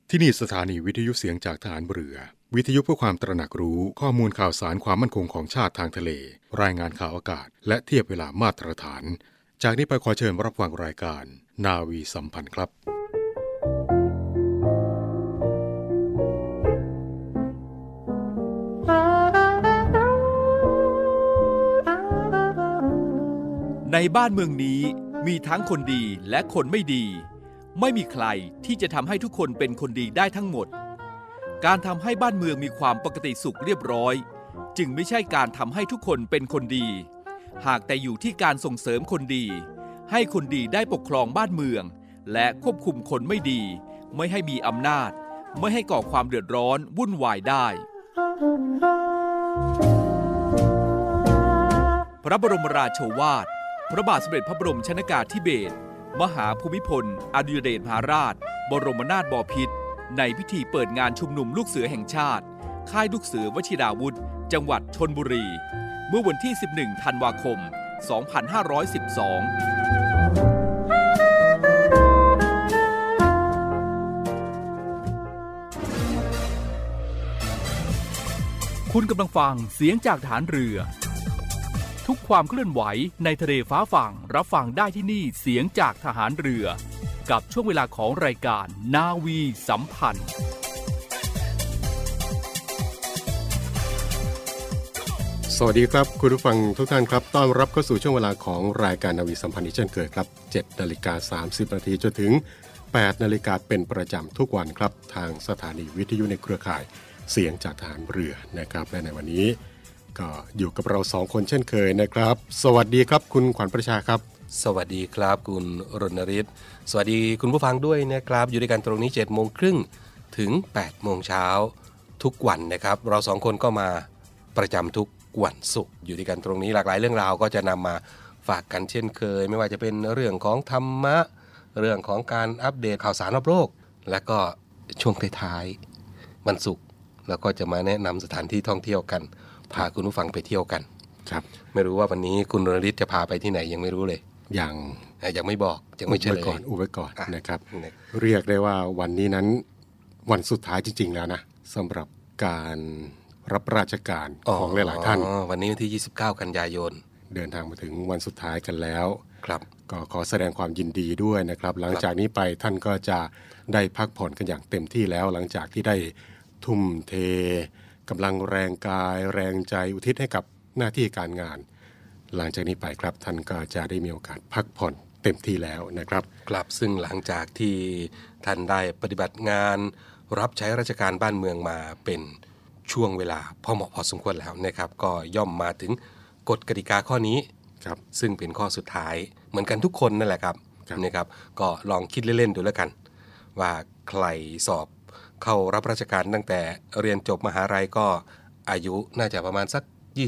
ที่นี่สถานีวิทยุเสียงจากทหารเรือวิทยุเพื่อความตระหนักรู้ข้อมูลข่าวสารความมั่นคงของชาติทางทะเลรายงานข่าวอากาศและเทียบเวลามาตรฐานจากนี้ไปขอเชิญรับฟังรายการนาวีสัมพันธ์ครับในบ้านเมืองนี้มีทั้งคนดีและคนไม่ดีไม่มีใครที่จะทำให้ทุกคนเป็นคนดีได้ทั้งหมดการทำให้บ้านเมืองมีความปกติสุขเรียบร้อยจึงไม่ใช่การทำให้ทุกคนเป็นคนดีหากแต่อยู่ที่การส่งเสริมคนดีให้คนดีได้ปกครองบ้านเมืองและควบคุมคนไม่ดีไม่ให้มีอำนาจไม่ให้ก่อความเดือดร้อนวุ่นวายได้พระบรมราโชวาทพระบาทสมเด็จพระบรมชนกาธิเบศรมหาภูมิพลอดุลยเดชมหาราชบรมนาถบพิตรในพิธีเปิดงานชุมนุมลูกเสือแห่งชาติค่ายลูกเสือวชิราวุธจังหวัดชลบุรีเมื่อวันที่11ธันวาคม2512คุณกำลังฟังเสียงจากฐานเรือทุกความเคลื่อนไหวในทะเลฟ้าฝั่งรับฟังได้ที่นี่เสียงจากทหารเรือกับช่วงเวลาของรายการนาวีสัมพันธ์สวัสดีครับคุณผู้ฟังทุกท่านครับต้อนรับเข้าสู่ช่วงเวลาของรายการนาวีสัมพันธ์อีกเช่นเคยครับ 7:30 นาทีจนถึง 8 นาฬิกาเป็นประจำทุกวันครับทางสถานีวิทยุในเครือข่ายเสียงจากทหารเรือนะครับและในวันนี้ก็อยู่กับเรา2คนเช่นเคยนะครับสวัสดีครับคุณขวัญประชาครับสวัสดีครับคุณรณฤทธิ์สวัสดีคุณผู้ฟังด้วยนะครับอยู่ด้วยกันตรงนี้ 7:30 นถึง 8 โมงเช้าทุกวันนะครับเรา2คนก็มาประจำทุกวันศุกร์อยู่ด้วยกันตรงนี้หลากหลายเรื่องราวก็จะนำมาฝากกันเช่นเคยไม่ว่าจะเป็นเรื่องของธรรมะเรื่องของการอัปเดตข่าวสารรอบโลกและก็ช่วงท้ายๆวันศุกร์แล้วก็จะมาแนะนำสถานที่ท่องเที่ยวกันพาคุณผู้ฟังไปเที่ยวกันครับไม่รู้ว่าวันนี้คุณรณฤทธิ์จะพาไปที่ไหนยังไม่รู้เลยยังไม่บอกยังไม่เฉลยอุบไว้ก่อนนะครับเรียกได้ว่าวันนี้นั้นวันสุดท้ายจริงๆแล้วนะสำหรับการรับราชการของหลายๆท่านวันนี้วันที่29กันยายนเดินทางมาถึงวันสุดท้ายกันแล้วครับก็ขอแสดงความยินดีด้วยนะครับหลังจากนี้ไปท่านก็จะได้พักผ่อนกันอย่างเต็มที่แล้วหลังจากที่ได้ทุ่มเทกำลังแรงกายแรงใจอุทิศให้กับหน้าที่การงานหลังจากนี้ไปครับท่านก็จะได้มีโอกาสพักผ่อนเต็มที่แล้วนะครับครับซึ่งหลังจากที่ท่านได้ปฏิบัติงานรับใช้ราชการบ้านเมืองมาเป็นช่วงเวลาพอเหมาะพอสมควรแล้วนะครับก็ย่อมมาถึงกฎกติกาข้อนี้ครับซึ่งเป็นข้อสุดท้ายเหมือนกันทุกคนนั่นแหละครับนะครับก็ลองคิดเล่นๆดูแล้วกันว่าใครสอบเข้ารับราชการตั้งแต่เรียนจบมหาลัยก็อายุน่าจะประมาณสัก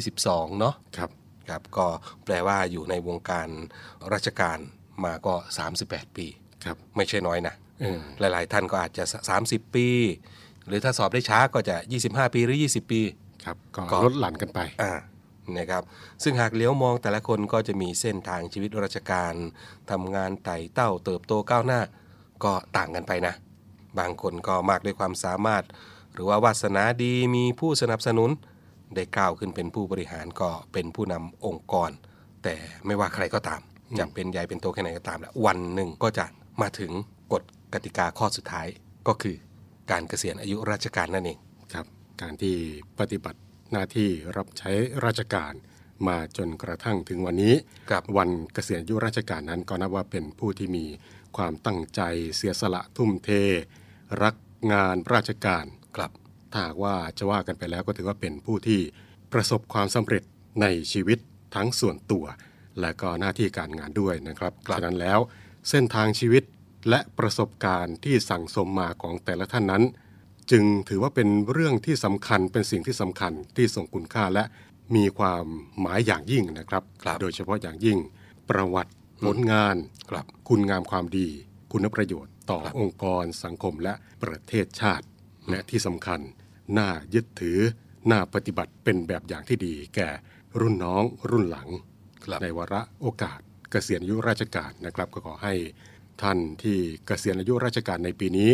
22เนาะครับก็แปลว่าอยู่ในวงการราชการมาก็38ปีครับไม่ใช่น้อยนะหลายๆท่านก็อาจจะ30ปีหรือถ้าสอบได้ช้าก็จะ25ปีหรือ20ปีครับก็ลดหลั่นกันไปนะครับซึ่งหากเลี้ยวมองแต่ละคนก็จะมีเส้นทางชีวิตราชการทำงานไต่เต้าเติบโตก้าวหน้าก็ต่างกันไปนะบางคนก็มากด้วยความสามารถหรือว่าวาสนาดีมีผู้สนับสนุนได้ก้าวขึ้นเป็นผู้บริหารก็เป็นผู้นำองค์กรแต่ไม่ว่าใครก็ตามจะเป็นใหญ่เป็นโตแค่ไหนก็ตามแล้ววันหนึ่งก็จะมาถึงกฎกติกาข้อสุดท้ายก็คือการเกษียณอายุราชการนั่นเองครับการที่ปฏิบัติหน้าที่รับใช้ราชการมาจนกระทั่งถึงวันนี้วันเกษียณอายุราชการนั้นก็นับว่าเป็นผู้ที่มีความตั้งใจเสียสละทุ่มเทรักงานราชการครับถ้าหากว่าจะว่ากันไปแล้วก็ถือว่าเป็นผู้ที่ประสบความสำเร็จในชีวิตทั้งส่วนตัวและก็หน้าที่การงานด้วยนะครับฉะนั้นแล้วเส้นทางชีวิตและประสบการณ์ที่สั่งสมมาของแต่ละท่านนั้นจึงถือว่าเป็นเรื่องที่สำคัญเป็นสิ่งที่สำคัญที่ทรงคุณค่าและมีความหมายอย่างยิ่งนะครับโดยเฉพาะอย่างยิ่งประวัติผลงานคุณงามความดีคุณประโยชน์ต่อองค์กรสังคมและประเทศชาติและที่สำคัญน่ายึดถือน่าปฏิบัติเป็นแบบอย่างที่ดีแก่รุ่นน้องรุ่นหลังในวาระโอกาสเกษียณอายุราชการนะครับก็ขอให้ท่านที่เกษียณอายุราชการในปีนี้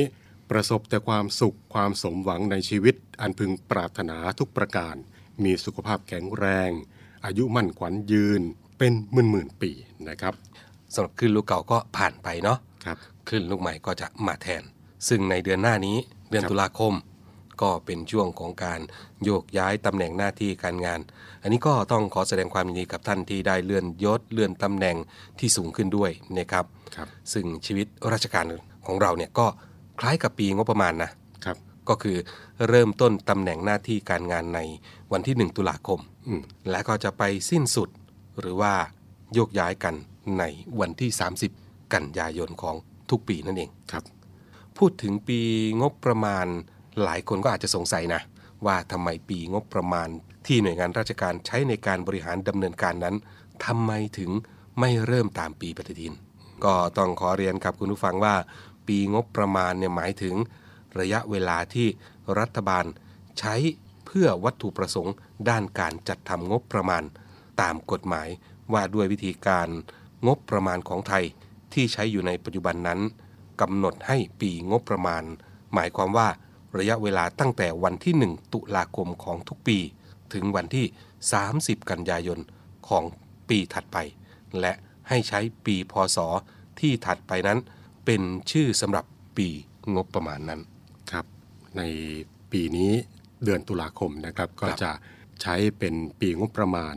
ประสบแต่ความสุขความสมหวังในชีวิตอันพึงปรารถนาทุกประการมีสุขภาพแข็งแรงอายุมั่นขวัญยืนเป็นหมื่นปีนะครับสำหรับคลื่นลูกเก่าก็ผ่านไปเนาะครับคลื่นลูกใหม่ก็จะมาแทนซึ่งในเดือนหน้านี้เดือนตุลาคมก็เป็นช่วงของการโยกย้ายตำแหน่งหน้าที่การงานอันนี้ก็ต้องขอแสดงความยินดีกับท่านที่ได้เลื่อนยศเลื่อนตำแหน่งที่สูงขึ้นด้วยนะครับซึ่งชีวิตราชการของเราเนี่ยก็คล้ายกับปีงบประมาณนะครับก็คือเริ่มต้นตำแหน่งหน้าที่การงานในวันที่1ตุลาคมและก็จะไปสิ้นสุดหรือว่าโยกย้ายกันในวันที่30กันยายนของทุกปีนั่นเองครับพูดถึงปีงบประมาณหลายคนก็อาจจะสงสัยนะว่าทำไมปีงบประมาณที่หน่วยงานราชการใช้ในการบริหารดำเนินการนั้นทำไมถึงไม่เริ่มตามปีปฏิทินก็ต้องขอเรียนกับคุณผู้ฟังว่าปีงบประมาณเนี่ยหมายถึงระยะเวลาที่รัฐบาลใช้เพื่อวัตถุประสงค์ด้านการจัดทำงบประมาณตามกฎหมายว่าด้วยวิธีการงบประมาณของไทยที่ใช้อยู่ในปัจจุบันนั้นกำหนดให้ปีงบประมาณหมายความว่าระยะเวลาตั้งแต่วันที่1ตุลาคมของทุกปีถึงวันที่30กันยายนของปีถัดไปและให้ใช้ปีพ.ศ.ที่ถัดไปนั้นเป็นชื่อสำหรับปีงบประมาณนั้นครับในปีนี้เดือนตุลาคมนะครับก็จะใช้เป็นปีงบประมาณ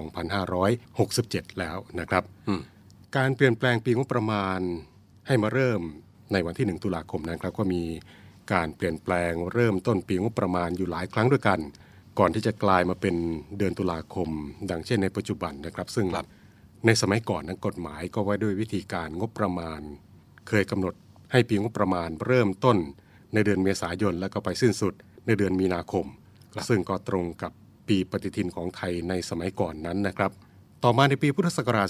2567แล้วนะครับการเปลี่ยนแปลงปีงบประมาณให้มาเริ่มในวันที่1ตุลาคมนะครับก็มีการเปลี่ยนแปลงเริ่มต้นปีงบประมาณอยู่หลายครั้งด้วยกันก่อนที่จะกลายมาเป็นเดือนตุลาคมดังเช่นในปัจจุบันนะครับซึ่งในสมัยก่อนนั้นกฎหมายก็ไว้ด้วยวิธีการงบประมาณเคยกำหนดให้ปีงบประมาณเริ่มต้นในเดือนเมษายนแล้วก็ไปสิ้นสุดในเดือนมีนาคมซึ่งก็ตรงกับปีปฏิทินของไทยในสมัยก่อนนั้นนะครับต่อมาในปีพุทธศักราช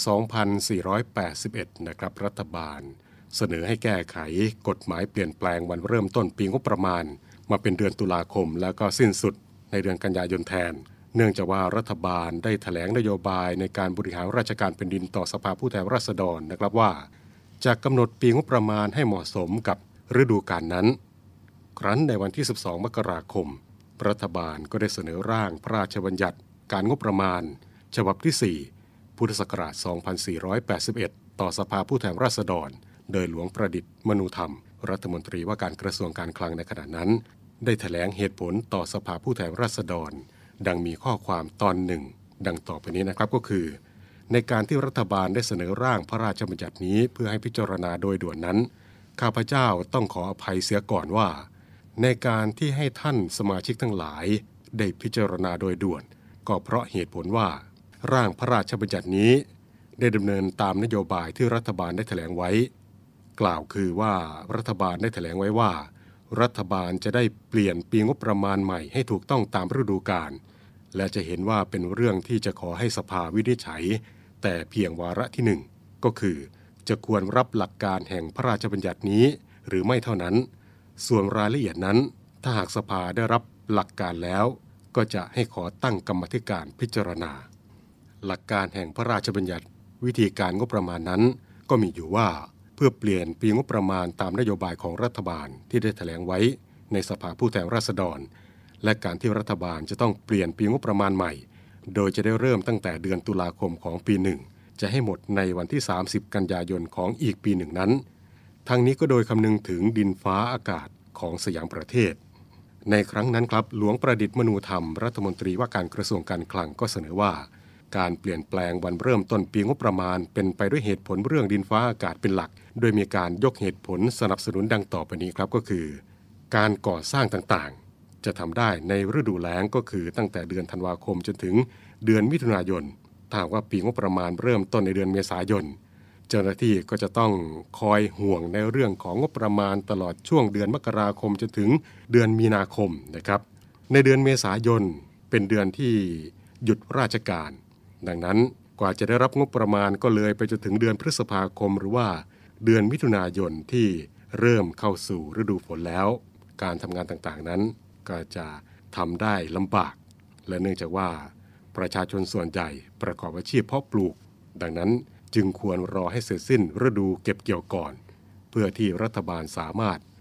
2481 นะครับรัฐบาลเสนอให้แก้ไขกฎหมายเปลี่ยนแปลงวันเริ่มต้นปีงบประมาณมาเป็นเดือนตุลาคมแล้วก็สิ้นสุดในเดือนกันยายนแทนเนื่องจากว่ารัฐบาลได้แถลงนโยบายในการบริหารราชการแผ่นดินต่อสภาผู้แทนราษฎรนะครับว่าจะกำหนดปีงบประมาณให้เหมาะสมกับฤดูกาลนั้นครั้นในวันที่12มกราคมรัฐบาลก็ได้เสนอร่างพระราชบัญญัติการงบประมาณฉบับที่4พุทธศักราช 2481 ต่อสภาผู้แทนราษฎรโดยหลวงประดิษฐ์มนูธรรมรัฐมนตรีว่าการกระทรวงการคลังในขณะนั้นได้แถลงเหตุผลต่อสภาผู้แทนราษฎรดังมีข้อความตอนหนึ่งดังต่อไปนี้นะครับก็คือในการที่รัฐบาลได้เสนอร่างพระราชบัญญัตินี้เพื่อให้พิจารณาโดยด่วนนั้นข้าพเจ้าต้องขออภัยเสียก่อนว่าในการที่ให้ท่านสมาชิกทั้งหลายได้พิจารณาโดยด่วนก็เพราะเหตุผลว่าร่างพระราชบัญญัตินี้ได้ดำเนินตามนโยบายที่รัฐบาลได้แถลงไว้กล่าวคือว่ารัฐบาลได้แถลงไว้ว่ารัฐบาลจะได้เปลี่ยนปีงบประมาณใหม่ให้ถูกต้องตามฤดูกาลและจะเห็นว่าเป็นเรื่องที่จะขอให้สภาวินิจฉัยแต่เพียงวาระที่1ก็คือจะควรรับหลักการแห่งพระราชบัญญัตินี้หรือไม่เท่านั้นส่วนรายละเอียดนั้นถ้าหากสภาได้รับหลักการแล้วก็จะให้ขอตั้งกรรมาธิการพิจารณาหลักการแห่งพระราชบัญญัติวิธีการงบประมาณนั้นก็มีอยู่ว่าเพื่อเปลี่ยนปีงบประมาณตามนโยบายของรัฐบาลที่ได้แถลงไว้ในสภาผู้แทนราษฎรและการที่รัฐบาลจะต้องเปลี่ยนปีงบประมาณใหม่โดยจะได้เริ่มตั้งแต่เดือนตุลาคมของปีหนึ่งจะให้หมดในวันที่30กันยายนของอีกปีหนึ่งนั้นทั้งนี้ก็โดยคำนึงถึงดินฟ้าอากาศของสยามประเทศในครั้งนั้นครับหลวงประดิษฐ์มนูธรรมรัฐมนตรีว่าการกระทรวงการคลังก็เสนอว่าการเปลี่ยนแปลงวันเริ่มต้นปีงบประมาณเป็นไปด้วยเหตุผลเรื่องดินฟ้าอากาศเป็นหลักโดยมีการยกเหตุผลสนับสนุนดังต่อไปนี้ครับก็คือการก่อสร้างต่างๆจะทำได้ในฤดูแล้งก็คือตั้งแต่เดือนธันวาคมจนถึงเดือนมิถุนายนถ้าว่าปีงบประมาณเริ่มต้นในเดือนเมษายนเจ้าหน้าที่ก็จะต้องคอยห่วงในเรื่องของงบประมาณตลอดช่วงเดือนมกราคมจนถึงเดือนมีนาคมนะครับในเดือนเมษายนเป็นเดือนที่หยุดราชการดังนั้นกว่าจะได้รับงบประมาณก็เลยไปจนถึงเดือนพฤษภาคมหรือว่าเดือนมิถุนายนที่เริ่มเข้าสู่ฤดูฝนแล้วการทำงานต่างๆนั้นก็จะทำได้ลำบากและเนื่องจากว่าประชาชนส่วนใหญ่ประกอบอาชีพเพาะปลูกดังนั้นจึงควรรอให้เสร็จสิ้นฤดูเก็บเกี่ยวก่อนเพื่อที่รัฐบาลสามารถ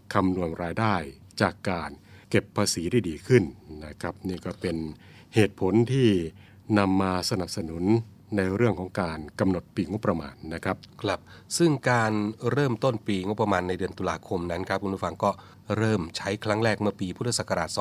คำนวณรายได้จากการเก็บภาษีได้ดีขึ้นนะครับนี่ก็เป็นเหตุผลที่นำมาสนับสนุนในเรื่องของการกำหนดปีงบประมาณนะครับครับซึ่งการเริ่มต้นปีงบประมาณในเดือนตุลาคมนั้นครับคุณผู้ฟังก็เริ่มใช้ครั้งแรกเมื่อปีพุทธศักราช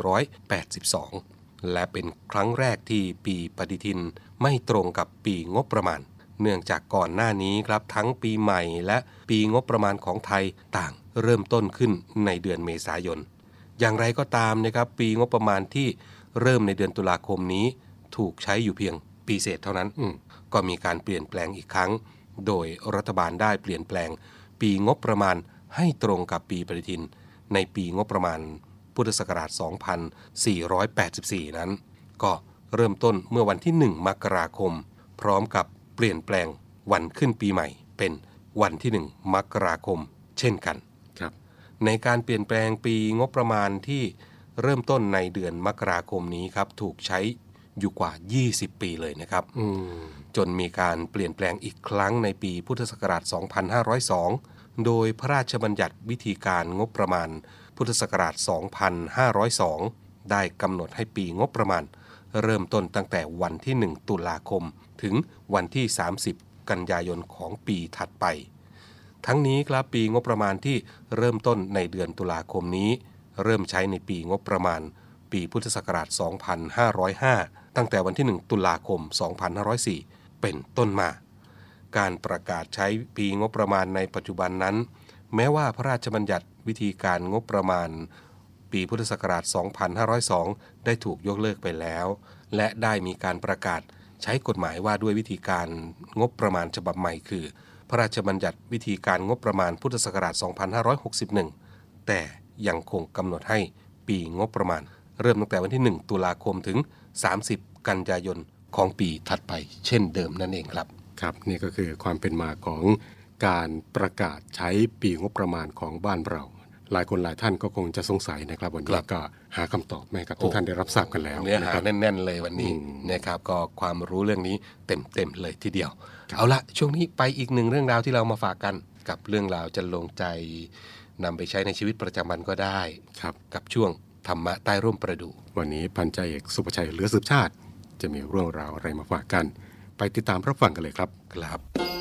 2482 และเป็นครั้งแรกที่ปีปฏิทินไม่ตรงกับปีงบประมาณเนื่องจากก่อนหน้านี้ครับทั้งปีใหม่และปีงบประมาณของไทยต่างเริ่มต้นขึ้นในเดือนเมษายนอย่างไรก็ตามนะครับปีงบประมาณที่เริ่มในเดือนตุลาคมนี้ถูกใช้อยู่เพียงปีเศษเท่านั้นก็มีการเปลี่ยนแปลงอีกครั้งโดยรัฐบาลได้เปลี่ยนแปลงปีงบประมาณให้ตรงกับปีปฏิทินในปีงบประมาณพุทธศักราช 2484 นั้นก็เริ่มต้นเมื่อวันที่ 1 มกราคมพร้อมกับเปลี่ยนแปลงวันขึ้นปีใหม่เป็นวันที่ 1 มกราคมเช่นกันครับในการเปลี่ยนแปลงปีงบประมาณที่เริ่มต้นในเดือนมกราคมนี้ครับถูกใช้อยู่กว่า20ปีเลยนะครับจนมีการเปลี่ยนแปลงอีกครั้งในปีพุทธศักราช 2502 โดยพระราชบัญญัติวิธีการงบประมาณพุทธศักราช 2502 ได้กำหนดให้ปีงบประมาณเริ่มต้นตั้งแต่วันที่ 1 ตุลาคมถึงวันที่ 30 กันยายนของปีถัดไปทั้งนี้ครับปีงบประมาณที่เริ่มต้นในเดือนตุลาคมนี้เริ่มใช้ในปีงบประมาณปีพุทธศักราช 2505 ตั้งแต่วันที่ 1 ตุลาคม 2504 เป็นต้นมาการประกาศใช้ปีงบประมาณในปัจจุบันนั้นแม้ว่าพระราชบัญญัติวิธีการงบประมาณปีพุทธศักราช 2502 ได้ถูกยกเลิกไปแล้วและได้มีการประกาศใช้กฎหมายว่าด้วยวิธีการงบประมาณฉบับใหม่คือพระราชบัญญัติวิธีการงบประมาณพุทธศักราช 2561 แต่ยังคงกำหนดให้ปีงบประมาณเริ่มตั้งแต่วันที่ 1 ตุลาคมถึง 30 กันยายนของปีถัดไปเช่นเดิมนั่นเองครับครับนี่ก็คือความเป็นมาของการประกาศใช้ปีงบประมาณของบ้านเราหลายคนหลายท่านก็คงจะสงสัยนะครับวันนี้ก็หาคำตอบให้กับทุกท่านได้รับทราบกันแล้วเนื้อหาแน่นๆเลยวันนี้นะครับก็ความรู้เรื่องนี้เต็มๆเลยทีเดียวเอาละช่วงนี้ไปอีกหนึ่งเรื่องราวที่เรามาฝากกันกับเรื่องราวจะลงใจนำไปใช้ในชีวิตประจำวันก็ได้ครับกับช่วงธรรมะใต้ร่มประดู่วันนี้พันจ่าเอกสุภชัยเหลือสืบชาติจะมีเรื่องราวอะไรมาฝากกันไปติดตามรับฟังกันเลยครับครับ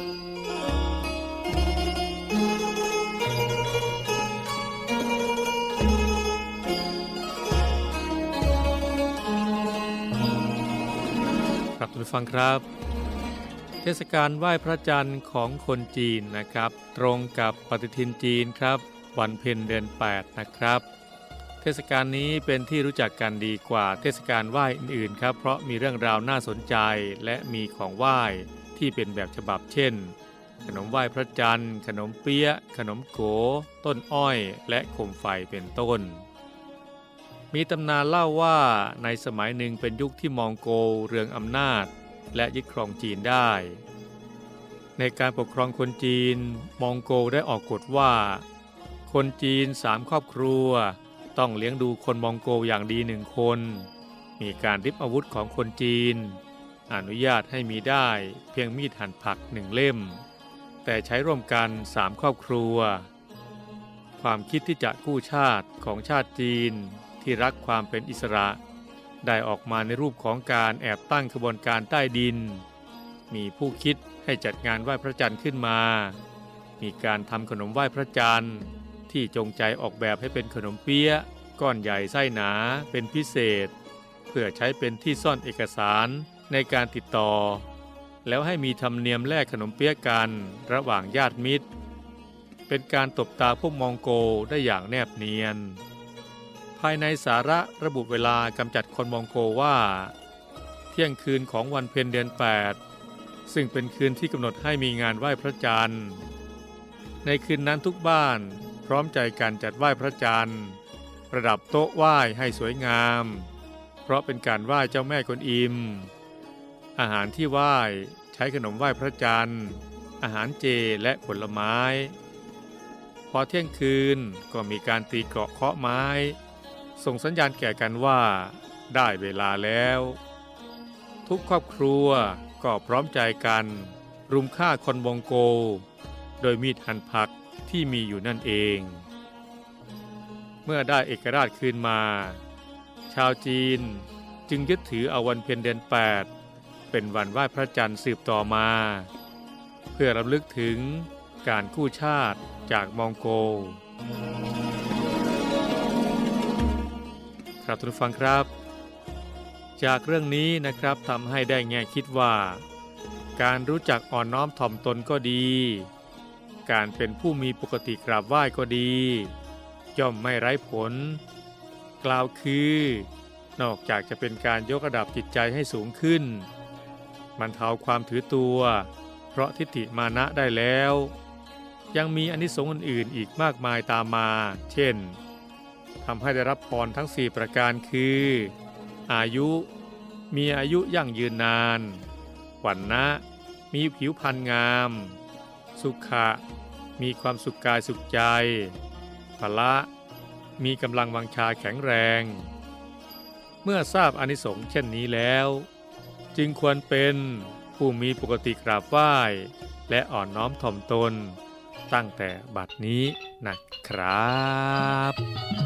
ครับทุกฟังครับเทศกาลไหว้พระจันทร์ของคนจีนนะครับตรงกับปฏิทินจีนครับวันเพ็ญเดือน8นะครับเทศกาลนี้เป็นที่รู้จักกันดีกว่าเทศกาลไหว้อื่นๆครับเพราะมีเรื่องราวน่าสนใจและมีของไหว้ที่เป็นแบบฉบับเช่นขนมไหว้พระจันทร์ขนมเปี๊ยะขนมโกต้นอ้อยและโคมไฟเป็นต้นมีตำนานเล่าว่าในสมัยหนึ่งเป็นยุคที่มองโกลเรืองอำนาจและยึดครองจีนได้ในการปกครองคนจีนมองโกลได้ออกกฎว่าคนจีน3 ครอบครัวต้องเลี้ยงดูคนมองโกลอย่างดี1 คนมีการริบอาวุธของคนจีนอนุญาตให้มีได้เพียงมีดหั่นผัก1 เล่มแต่ใช้ร่วมกัน3 ครอบครัวความคิดที่จะกู้ชาติของชาติจีนที่รักความเป็นอิสระได้ออกมาในรูปของการแอบตั้งขบวนการใต้ดินมีผู้คิดให้จัดงานไหว้พระจันทร์ขึ้นมามีการทำขนมไหว้พระจันทร์ที่จงใจออกแบบให้เป็นขนมเปี๊ยะก้อนใหญ่ไส้หนาเป็นพิเศษเพื่อใช้เป็นที่ซ่อนเอกสารในการติดต่อแล้วให้มีธรรมเนียมแลกขนมเปี๊ยะกันระหว่างญาติมิตรเป็นการตบตาพวกมองโกลได้อย่างแนบเนียนภายในสาระระบุเวลากำจัดคนมองโกลว่าเที่ยงคืนของวันเพ็ญเดือน8ซึ่งเป็นคืนที่กำหนดให้มีงานไหว้พระจันทร์ในคืนนั้นทุกบ้านพร้อมใจกันจัดไหว้พระจันทร์ประดับโต๊ะไหว้ให้สวยงามเพราะเป็นการไหว้เจ้าแม่กวนอิมอาหารที่ไหว้ใช้ขนมไหว้พระจันทร์อาหารเจและผลไม้พอเที่ยงคืนก็มีการตีเกราะเคาะไม้ส่งสัญญาณแก่กันว่าได้เวลาแล้วทุกครอบครัวก็พร้อมใจกันรุมฆ่าคนมองโกลโดยมีดหั่นผักที่มีอยู่นั่นเองเมื่อได้เอกราชคืนมาชาวจีนจึงยึดถือเอาวันเพ็ญเดือน8เป็นวันไหว้พระจันทร์สืบต่อมาเพื่อรำลึกถึงการกู้ชาติจากมองโกลครับท่านผู้ฟังครับจากเรื่องนี้นะครับทำให้ได้แง่คิดว่าการรู้จักอ่อนน้อมถ่อมตนก็ดีการเป็นผู้มีปกติกราบไหว้ก็ดีย่อมไม่ไร้ผลกล่าวคือนอกจากจะเป็นการยกระดับจิตใจให้สูงขึ้นบรรเทาความถือตัวเพราะทิฏฐิมานะได้แล้วยังมีอานิสงส์อื่นๆอีกมากมายตามมาเช่นทำให้ได้รับพรทั้ง4ประการคืออายุมีอายุยั่งยืนนานวรรณะมีผิวพรรณงามสุขะมีความสุขกายสุขใจพละมีกำลังวังชาแข็งแรงเมื่อทราบอานิสงส์เช่นนี้แล้วจึงควรเป็นผู้มีปกติกราบไหว้และอ่อนน้อมถ่อมตนตั้งแต่บัดนี้นะครับ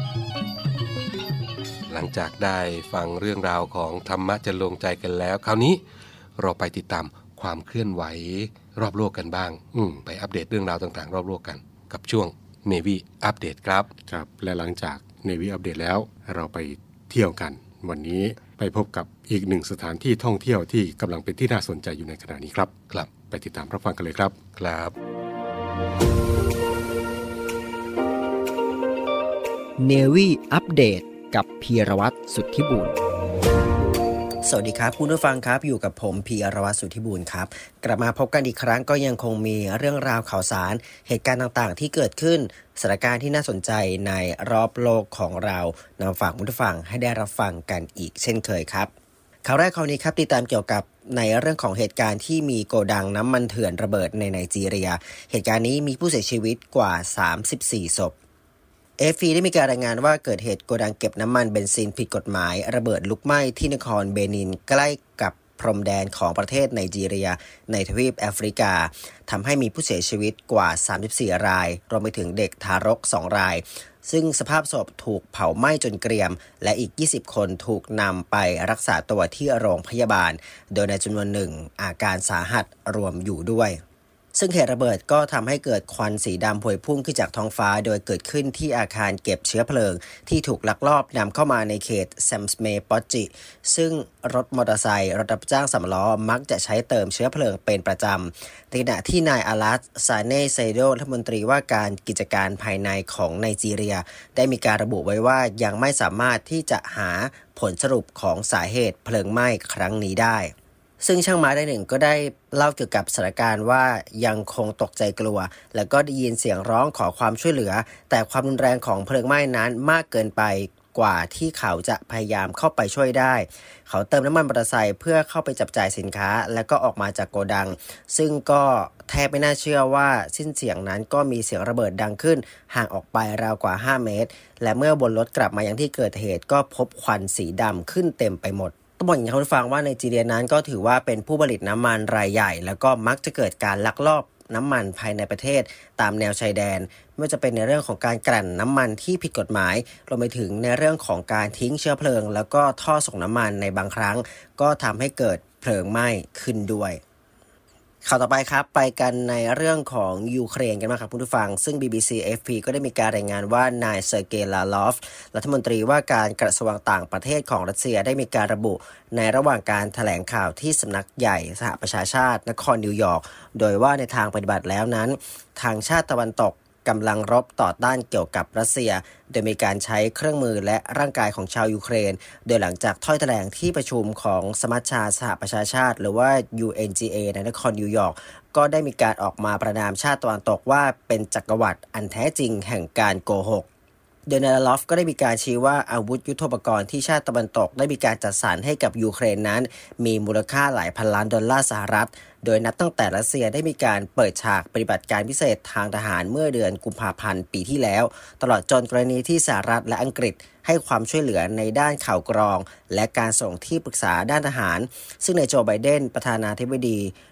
หลังจากได้ฟังเรื่องราวของธรรมะจะลงใจกันแล้วคราวนี้เราไปติดตามความเคลื่อนไหวรอบโลกกันบ้างไปอัปเดตเรื่องราวต่างๆรอบโลกกันกับช่วง Navy Update ครับครับและหลังจาก Navy Update แล้วเราไปเที่ยวกันวันนี้ไปพบกับอีกหนึ่งสถานที่ท่องเที่ยวที่กำลังเป็นที่น่าสนใจอยู่ในขณะนี้ครับครับไปติดตามรับฟังกันเลยครับครับ Navy Update กับพีรวัตรสุทธิบูรณ์สวัสดีครับคุณผู้ฟังครับอยู่กับผมพีรวัตรสุทธิบูรณ์ครับกลับมาพบกันอีกครั้งก็ยังคงมีเรื่องราวข่าวสารเหตุการณ์ต่างๆที่เกิดขึ้นสถานการณ์ที่น่าสนใจในรอบโลกของเรานำฝากคุณผู้ฟังให้ได้รับฟังกันอีกเช่นเคยครับข่าวแรกคราวนี้ครับติดตามเกี่ยวกับในเรื่องของเหตุการณ์ที่มีโกดังน้ำมันเถื่อนระเบิดในไนจีเรียเหตุการณ์นี้มีผู้เสียชีวิตกว่า34ศพAFP ได้มีการรายงานว่าเกิดเหตุโกดังเก็บน้ำมันเบนซินผิดกฎหมายระเบิดลุกไหม้ที่นครเบนินใกล้กับพรมแดนของประเทศไนจีเรียในทวีปแอฟริกาทำให้มีผู้เสียชีวิตกว่า34รายรวมไปถึงเด็กทารก2รายซึ่งสภาพศพถูกเผาไหม้จนเกรียมและอีก20คนถูกนำไปรักษาตัวที่โรงพยาบาลโดยในจำนวนหนึ่งอาการสาหัสรวมอยู่ด้วยซึ่งเหตุระเบิดก็ทำให้เกิดควันสีดำพวยพุ่งขึ้นจากท้องฟ้าโดยเกิดขึ้นที่อาคารเก็บเชื้อเพลิงที่ถูกลักลอบนำเข้ามาในเขตแซมส์เมย์ปอจจิซึ่งรถมอเตอร์ไซค์รถรับจ้าง3ล้อมักจะใช้เติมเชื้อเพลิงเป็นประจำในขณะที่นายอาลัสซาเนเซโดรัฐมนตรีว่าการกิจการภายในของไนจีเรียได้มีการระบุไว้ว่ายังไม่สามารถที่จะหาผลสรุปของสาเหตุเพลิงไหม้ครั้งนี้ได้ซึ่งช่างไม้รายหนึ่งก็ได้เล่าเกี่ยวกับสถานการณ์ว่ายังคงตกใจกลัวแล้วก็ได้ยินเสียงร้องขอความช่วยเหลือแต่ความรุนแรงของเพลิงไหม้นั้นมากเกินไปกว่าที่เขาจะพยายามเข้าไปช่วยได้เขาเติมน้ำมันมอเตอร์ไซค์เพื่อเข้าไปจับจ่ายสินค้าแล้วก็ออกมาจากโกดังซึ่งก็แทบไม่น่าเชื่อว่าสิ้นเสียงนั้นก็มีเสียงระเบิดดังขึ้นห่างออกไปราวกว่า5เมตรและเมื่อบนรถกลับมายังที่เกิดเหตุก็พบควันสีดำขึ้นเต็มไปหมดต้องบอกอย่างนี้คุณฟังว่าไนจีเรียนั้นก็ถือว่าเป็นผู้ผลิตน้ำมันรายใหญ่แล้วก็มักจะเกิดการลักลอบน้ำมันภายในประเทศตามแนวชายแดนไม่ว่าจะเป็นในเรื่องของการกลั่นน้ำมันที่ผิดกฎหมายรวมไปถึงในเรื่องของการทิ้งเชื้อเพลิงแล้วก็ท่อส่งน้ำมันในบางครั้งก็ทำให้เกิดเพลิงไหม้ขึ้นด้วยข่าวต่อไปครับไปกันในเรื่องของยูเครนกันบ้างครับคุณผู้ฟังซึ่ง BBC AFP ก็ได้มีการรายงานว่านายเซอร์เกย์ลาลอฟรัฐมนตรีว่าการกระทรวงต่างประเทศของรัสเซียได้มีการระบุในระหว่างการแถลงข่าวที่สำนักใหญ่สหประชาชาตินครนิวยอร์กโดยว่าในทางปฏิบัติแล้วนั้นทางชาติตะวันตกกำลังรบต่อต้านเกี่ยวกับรัสเซียโดยมีการใช้เครื่องมือและร่างกายของชาวยูเครนโดยหลังจากถ้อยแถลงที่ประชุมของสมัชชาสหประชาชาติหรือว่า UNGA ในนครนิวยอร์กก็ได้มีการออกมาประณามชาติตะวันตกว่าเป็นจักรวรรดิอันแท้จริงแห่งการโกหกโดยนายลาลอฟก็ได้มีการชี้ว่าอาวุธยุทโธปกรณ์ที่ชาติตะวันตกได้มีการจัดสรรให้กับยูเครนนั้นมีมูลค่าหลายพันล้านดอลลาร์สหรัฐโดยนับตั้งแต่รัสเซียได้มีการเปิดฉากปฏิบัติการพิเศษทางทหารเมื่อเดือนกุมภาพันธ์ปีที่แล้วตลอดจนกรณีที่สหรัฐและอังกฤษให้ความช่วยเหลือในด้านข่าวกรองและการส่งที่ปรึกษาด้านทหารซึ่งนายโจไบเดนประธานาธิบดี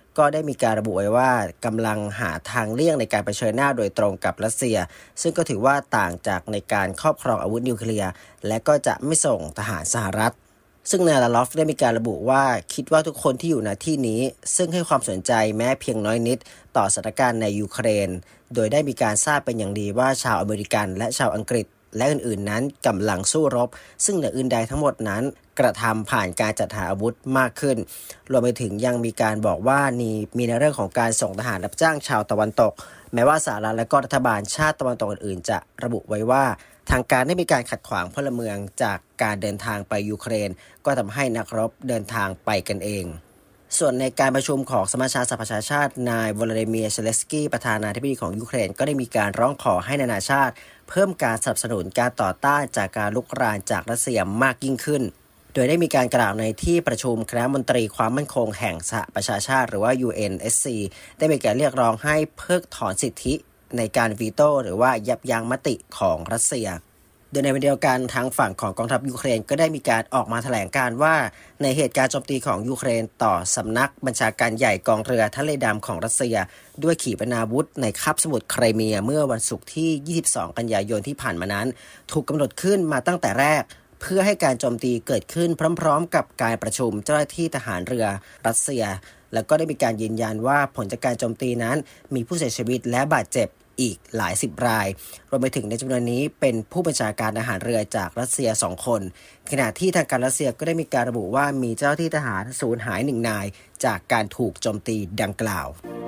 ก็ได้มีการระบุไว้ว่ากำลังหาทางเลี่ยงในการเผชิญหน้าโดยตรงกับรัสเซียซึ่งก็ถือว่าต่างจากในการครอบครองอาวุธนิวเคลียร์และก็จะไม่ส่งทหารสหรัฐซึ่งนายลาลอฟได้มีการระบุว่าคิดว่าทุกคนที่อยู่ณที่นี้ซึ่งให้ความสนใจแม้เพียงน้อยนิดต่อสถานการณ์ในยูเครนโดยได้มีการทราบเป็นอย่างดีว่าชาวอเมริกันและชาวอังกฤษและอื่นๆนั้นกำลังสู้รบซึ่งเหนืออื่นใดทั้งหมดนั้นกระทำผ่านการจัดหาอาวุธมากขึ้นรวมไปถึงยังมีการบอกว่ามีในเรื่องของการส่งทหารรับจ้างชาวตะวันตกแม้ว่าสหรัฐและก็รัฐบาลชาติตะวันตกอื่นๆจะระบุไว้ว่าทางการได้มีการขัดขวางพลเมืองจากการเดินทางไปยูเครนก็ทำให้นักรบเดินทางไปกันเองส่วนในการประชุมของสมัชชาสหประชาชาตินายวลาดิเมียร์เซเลสกี้ประธานาธิบดีของยูเครนก็ได้มีการร้องขอให้นานาชาติเพิ่มการสนับสนุนการต่อต้านจากการลุกรานจากรัสเซียมากยิ่งขึ้นโดยได้มีการกล่าวในที่ประชุมคณะมนตรีความมั่นคงแห่งสหประชาชาติหรือว่า UNSC ได้มีการเรียกร้องให้เพิกถอนสิทธิในการวีโต้หรือว่ายับยั้งมติของรัสเซียโดยในวันเดียวกันทางฝั่งของกองทัพยูเครนก็ได้มีการออกมาแถลงการว่าในเหตุการณ์โจมตีของยูเครนต่อสำนักบัญชาการใหญ่กองเรือทะเลดำของรัสเซียด้วยขีปนาวุธในคาบสมุทรไครเมียเมื่อวันศุกร์ที่22กันยายนที่ผ่านมานั้นถูกกำหนดขึ้นมาตั้งแต่แรกเพื่อให้การโจมตีเกิดขึ้นพร้อมๆกับการประชุมเจ้าหน้าที่ทหารเรือรัสเซียแล้วก็ได้มีการยืนยันว่าผลจากการโจมตีนั้นมีผู้เสียชีวิตและบาดเจ็บอีกหลายสิบรายรวมไปถึงในจำนวนนี้เป็นผู้บัญชาการทหารเรือจากรัสเซีย2คนขณะที่ทางการรัสเซียก็ได้มีการระบุว่ามีเจ้าหน้าที่ทหารสูญหาย1นายจากการถูกโจมตีดังกล่าว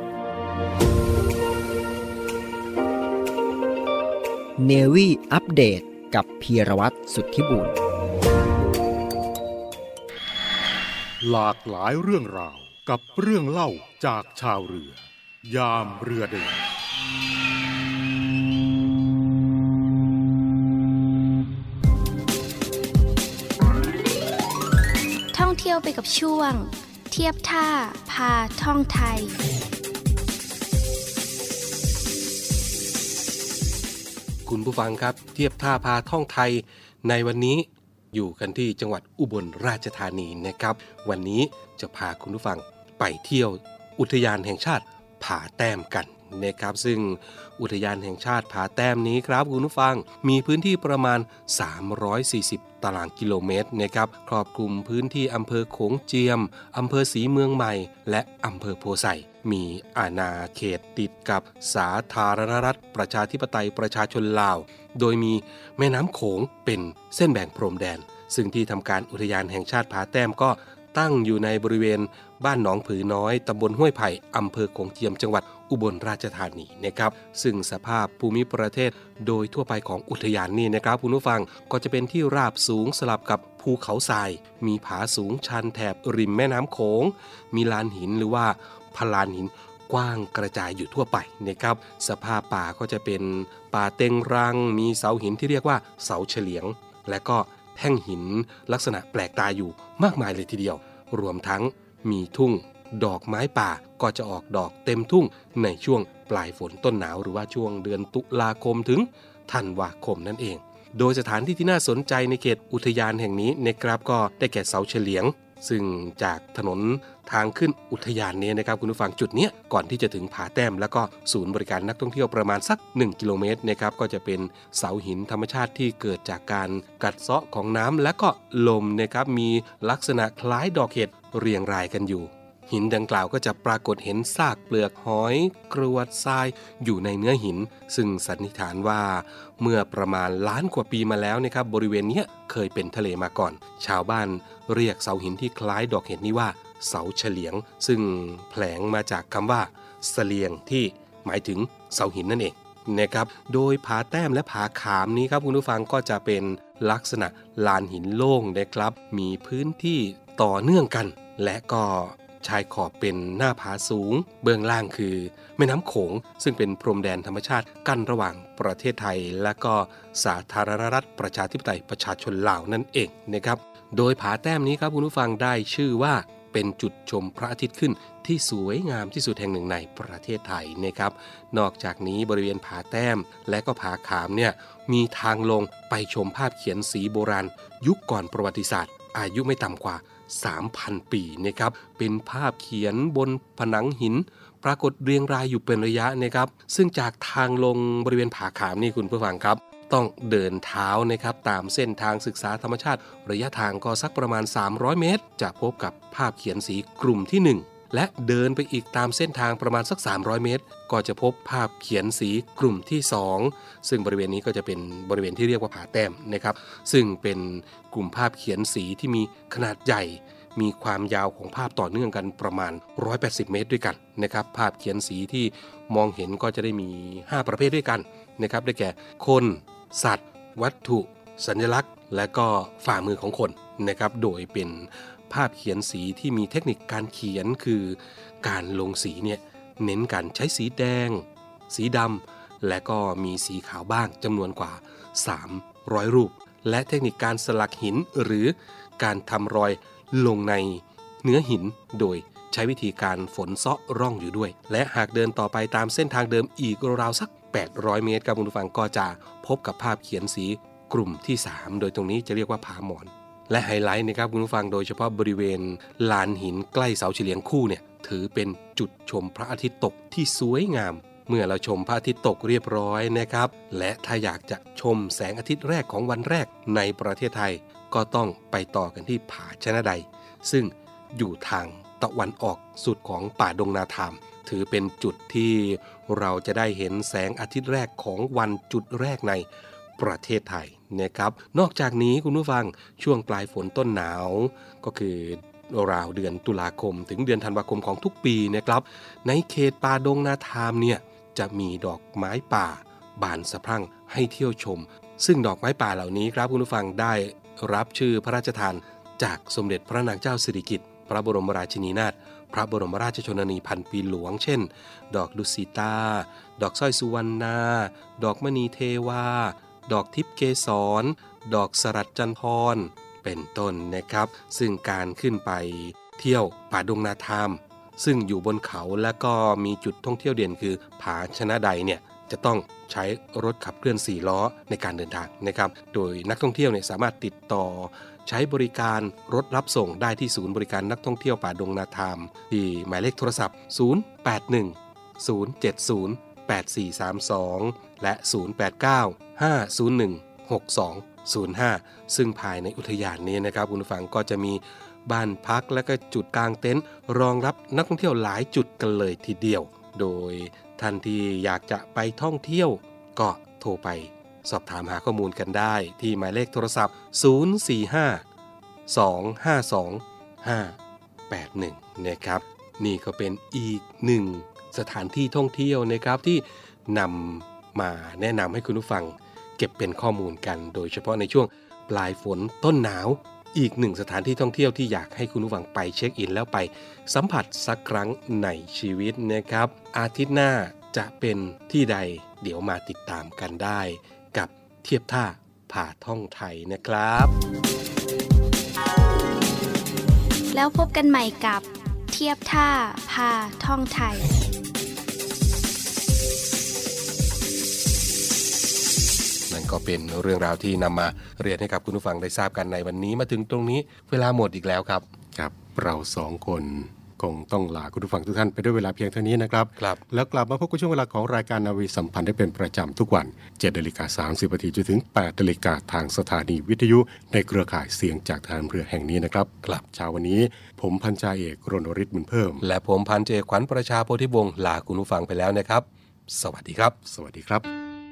เนวี่อัปเดตกับพีรวัตรสุทธิบุญหลากหลายเรื่องราวกับเรื่องเล่าจากชาวเรือยามเรือเดินท่องเที่ยวไปกับช่วงเทียบท่าพาท่องไทยคุณผู้ฟังครับเทียบท่าพาท่องไทยในวันนี้อยู่กันที่จังหวัดอุบลราชธานีนะครับวันนี้จะพาคุณผู้ฟังไปเที่ยวอุทยานแห่งชาติผาแต้มกันนะครับซึ่งอุทยานแห่งชาติผาแต้มนี้ครับคุณผู้ฟังมีพื้นที่ประมาณ340ตารางกิโลเมตรนะครับครอบคลุมพื้นที่อำเภอโขงเจียมอำเภอศรีเมืองใหม่และอำเภอโพไซมีอาณาเขตติดกับสาธารณรัฐประชาธิปไตยประชาชนลาวโดยมีแม่น้ำโขงเป็นเส้นแบ่งพรมแดนซึ่งที่ทำการอุทยานแห่งชาติผาแต้มก็ตั้งอยู่ในบริเวณบ้านหนองผือน้อยตำบลห้วยไผ่อำเภอโขงเจียมจังหวัดอุบลราชธานีนะครับซึ่งสภาพภูมิประเทศโดยทั่วไปของอุทยานนี้นะครับคุณผู้ฟังก็จะเป็นที่ราบสูงสลับกับภูเขาทรายมีผาสูงชันแถบริมแม่น้ำโขงมีลานหินหรือว่าพลานหินกว้างกระจายอยู่ทั่วไปนะครับสภาพป่าก็จะเป็นป่าเต็งรังมีเสาหินที่เรียกว่าเสาเฉลียงและก็แท่งหินลักษณะแปลกตาอยู่มากมายเลยทีเดียวรวมทั้งมีทุ่งดอกไม้ป่าก็จะออกดอกเต็มทุ่งในช่วงปลายฝนต้นหนาวหรือว่าช่วงเดือนตุลาคมถึงธันวาคมนั่นเองโดยสถานที่ที่น่าสนใจในเขตอุทยานแห่งนี้นะครับก็ได้แก่เสาเฉลียงซึ่งจากถนนทางขึ้นอุทยานนี้นะครับคุณผู้ฟังจุดนี้ก่อนที่จะถึงผาแต้มแล้วก็ศูนย์บริการนักท่องเที่ยวประมาณสัก1กิโลเมตรนะครับก็จะเป็นเสาหินธรรมชาติที่เกิดจากการกัดเซาะของน้ำและก็ลมนะครับมีลักษณะคล้ายดอกเห็ดเรียงรายกันอยู่หินดังกล่าวก็จะปรากฏเห็นซากเปลือกหอยกรวดทรายอยู่ในเนื้อหินซึ่งสันนิษฐานว่าเมื่อประมาณล้านกว่าปีมาแล้วนะครับบริเวณนี้เคยเป็นทะเลมาก่อนชาวบ้านเรียกเสาหินที่คล้ายดอกเห็ดนี้ว่าเสาเฉลียงซึ่งแผลงมาจากคำว่าเสลียงที่หมายถึงเสาหินนั่นเองนะครับโดยผาแต้มและผาขามนี้ครับคุณผู้ฟังก็จะเป็นลักษณะลานหินโล่งนะครับมีพื้นที่ต่อเนื่องกันและก็ชายขอบเป็นหน้าผาสูงเบื้องล่างคือแม่น้ำโขงซึ่งเป็นพรมแดนธรรมชาติกั้นระหว่างประเทศไทยและก็สาธารณรัฐประชาธิปไตยประชาชนลาวนั่นเองนะครับโดยผาแต้มนี้ครับคุณผู้ฟังได้ชื่อว่าเป็นจุดชมพระอาทิตย์ขึ้นที่สวยงามที่สุดแห่งหนึ่งในประเทศไทยนะครับนอกจากนี้บริเวณผาแต้มและก็ผาขามเนี่ยมีทางลงไปชมภาพเขียนสีโบราณยุคก่อนประวัติศาสตร์อายุไม่ต่ำกว่า 3,000 ปีนะครับเป็นภาพเขียนบนผนังหินปรากฏเรียงรายอยู่เป็นระยะนะครับซึ่งจากทางลงบริเวณผาขามนี่คุณผู้ฟังครับต้องเดินเท้านะครับตามเส้นทางศึกษาธรรมชาติระยะทางก็สักประมาณ300เมตรจะพบกับภาพเขียนสีกลุ่มที่1และเดินไปอีกตามเส้นทางประมาณสัก300เมตรก็จะพบภาพเขียนสีกลุ่มที่2ซึ่งบริเวณนี้ก็จะเป็นบริเวณที่เรียกว่าผาแต้มนะครับซึ่งเป็นกลุ่มภาพเขียนสีที่มีขนาดใหญ่มีความยาวของภาพต่อเนื่องกันประมาณ180เมตรด้วยกันนะครับภาพเขียนสีที่มองเห็นก็จะได้มี5ประเภทด้วยกันนะครับได้แก่คนสัตว์วัตถุสัญลักษณ์และก็ฝ่ามือของคนนะครับโดยเป็นภาพเขียนสีที่มีเทคนิคการเขียนคือการลงสีเนี่ยเน้นการใช้สีแดงสีดำและก็มีสีขาวบ้างจำนวนกว่า300รูปและเทคนิคการสลักหินหรือการทำรอยลงในเนื้อหินโดยใช้วิธีการฝนเซาะร่องอยู่ด้วยและหากเดินต่อไปตามเส้นทางเดิมอีกราวๆสัก800เมตรครับคุณผู้ฟังก็จะพบกับภาพเขียนสีกลุ่มที่3โดยตรงนี้จะเรียกว่าผาหมอนและไฮไลท์นะครับคุณผู้ฟังโดยเฉพาะบริเวณลานหินใกล้เสาเฉลียงคู่เนี่ยถือเป็นจุดชมพระอาทิตย์ตกที่สวยงามเมื่อเราชมพระอาทิตย์ตกเรียบร้อยนะครับและถ้าอยากจะชมแสงอาทิตย์แรกของวันแรกในประเทศไทยก็ต้องไปต่อกันที่ผาชนะใดซึ่งอยู่ทางตะวันออกสุดของป่าดงนาทามถือเป็นจุดที่เราจะได้เห็นแสงอาทิตย์แรกของวันจุดแรกในประเทศไทยนะครับนอกจากนี้คุณผู้ฟังช่วงปลายฝนต้นหนาวก็คือราวเดือนตุลาคมถึงเดือนธันวาคมของทุกปีนะครับในเขตป่าดงนาทามเนี่ยจะมีดอกไม้ป่าบานสะพรั่งให้เที่ยวชมซึ่งดอกไม้ป่าเหล่านี้ครับคุณผู้ฟังได้รับชื่อพระราชทานจากสมเด็จพระนางเจ้าสิริกิติ์พระบรมราชินีนาถพระบรมราชชนนีพันปีหลวงเช่นดอกดุสิตาดอกสร้อยสุวรรณาดอกมณีเทวาดอกทิพย์เกสรดอกสรัตจันทรเป็นต้นนะครับซึ่งการขึ้นไปเที่ยวป่าดงนาทามซึ่งอยู่บนเขาและก็มีจุดท่องเที่ยวเด่นคือผาชนะใดเนี่ยจะต้องใช้รถขับเคลื่อน4ล้อในการเดินทางนะครับโดยนักท่องเที่ยวเนี่ยสามารถติดต่อใช้บริการรถรับส่งได้ที่ศูนย์บริการนักท่องเที่ยวป่าดงนาทามที่หมายเลขโทรศัพท์081-070-8432และ089-501-6205ซึ่งภายในอุทยานนี้นะครับคุณผู้ฟังก็จะมีบ้านพักและก็จุดกางเต็นท์รองรับนักท่องเที่ยวหลายจุดกันเลยทีเดียวโดยท่านที่อยากจะไปท่องเที่ยวก็โทรไปสอบถามหาข้อมูลกันได้ที่หมายเลขโทรศัพท์045-252-581นะครับนี่ก็เป็นอีกหนึ่งสถานที่ท่องเที่ยวนะครับที่นำมาแนะนำให้คุณผู้ฟังเก็บเป็นข้อมูลกันโดยเฉพาะในช่วงปลายฝนต้นหนาวอีกหนึ่งสถานที่ท่องเที่ยวที่อยากให้คุณผู้ฟังไปเช็คอินแล้วไปสัมผัสสักครั้งในชีวิตนะครับอาทิตย์หน้าจะเป็นที่ใดเดี๋ยวมาติดตามกันได้กับเทียบท่าผาท่องไทยนะครับแล้วพบกันใหม่กับเทียบท่าพาท่องไทยนั่นก็เป็นเรื่องราวที่นำมาเรียนให้กับคุณผู้ฟังได้ทราบกันในวันนี้มาถึงตรงนี้เวลาหมดอีกแล้วครับครับเรา2คนคงต้องลาคุณผู้ฟังทุกท่านไปด้วยเวลาเพียงเท่านี้นะครับแล้วกลับมาพบกับช่วงเวลาของรายการนาวีสัมพันธ์ได้เป็นประจำทุกวัน 7:30 น.จนถึง 8:00 น.ทางสถานีวิทยุในเครือข่ายเสียงจากทหารเรือแห่งนี้นะครับเช้าวันนี้ผมพันจ่าเอกรณฤทธิ์บุญเพิ่มและผมพันจ่าเอกขวัญประชาโพธิวงศ์ลาคุณผู้ฟังไปแล้วนะครับสวัสดีครับสวัสดีครับ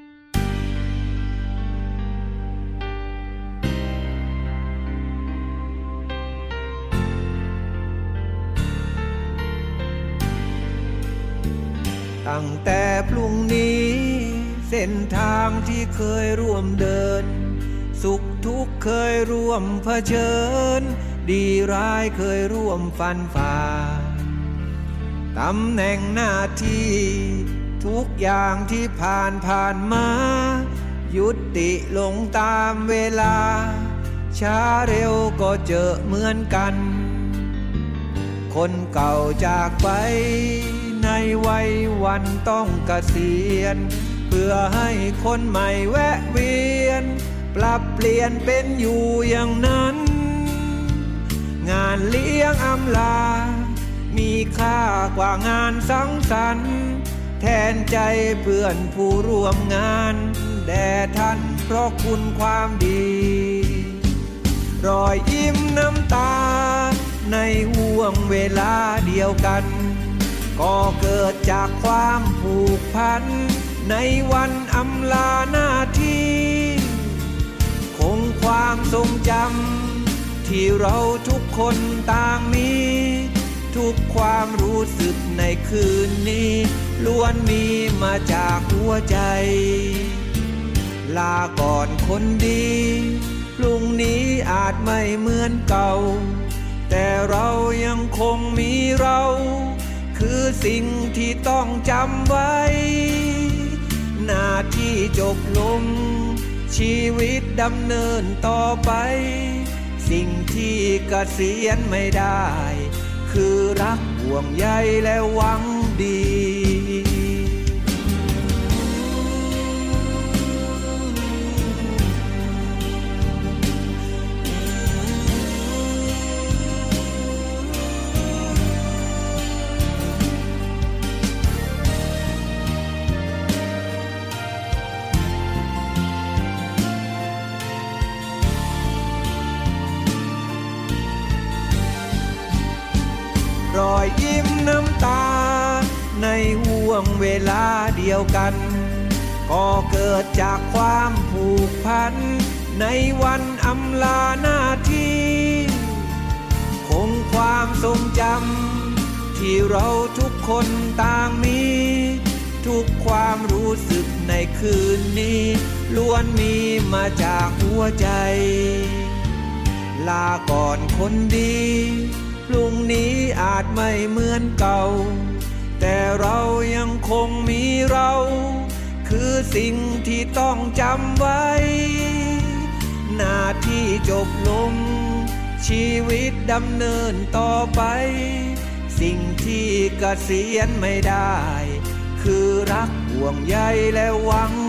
ตั้งแต่พรุ่งนี้เส้นทางที่เคยร่วมเดินสุขทุกข์เคยร่วมเผชิญดีร้ายเคยร่วมฟันฝ่าตำแหน่งหน้าที่ทุกอย่างที่ผ่านมายุติลงตามเวลาช้าเร็วก็เจอเหมือนกันคนเก่าจากไปในวัยวันต้องเกษียณเพื่อให้คนใหม่แวะเวียนปรับเปลี่ยนเป็นอยู่อย่างนั้นงานเลี้ยงอำลามีค่ากว่างานสังสรรค์แทนใจเพื่อนผู้ร่วมงานแด่ท่านเพราะคุณความดีรอยยิ้มน้ำตาในห่วงเวลาเดียวกันก็เกิดจากความผูกพันในวันอำลาหน้าที่คงความทรงจำที่เราทุกคนต่างมีทุกความรู้สึกในคืนนี้ล้วนมีมาจากหัวใจลาก่อนคนดีพรุ่งนี้อาจไม่เหมือนเก่าแต่เรายังคงมีเราคือสิ่งที่ต้องจำไว้หน้าที่จบลงชีวิตดำเนินต่อไปสิ่งที่เกษียณไม่ได้คือรักห่วงใยและหวังดีรอยยิ้มน้ำตาในห่วงเวลาเดียวกันก็เกิดจากความผูกพันในวันอำลาหน้าที่คงความทรงจำที่เราทุกคนต่างมีทุกความรู้สึกในคืนนี้ล้วนมีมาจากหัวใจลาก่อนคนดีพรุ่งนี้อาจไม่เหมือนเก่าแต่เรายังคงมีเราคือสิ่งที่ต้องจำไว้หน้าที่จบลงชีวิตดำเนินต่อไปสิ่งที่เกษียณไม่ได้คือรักห่วงใยและหวัง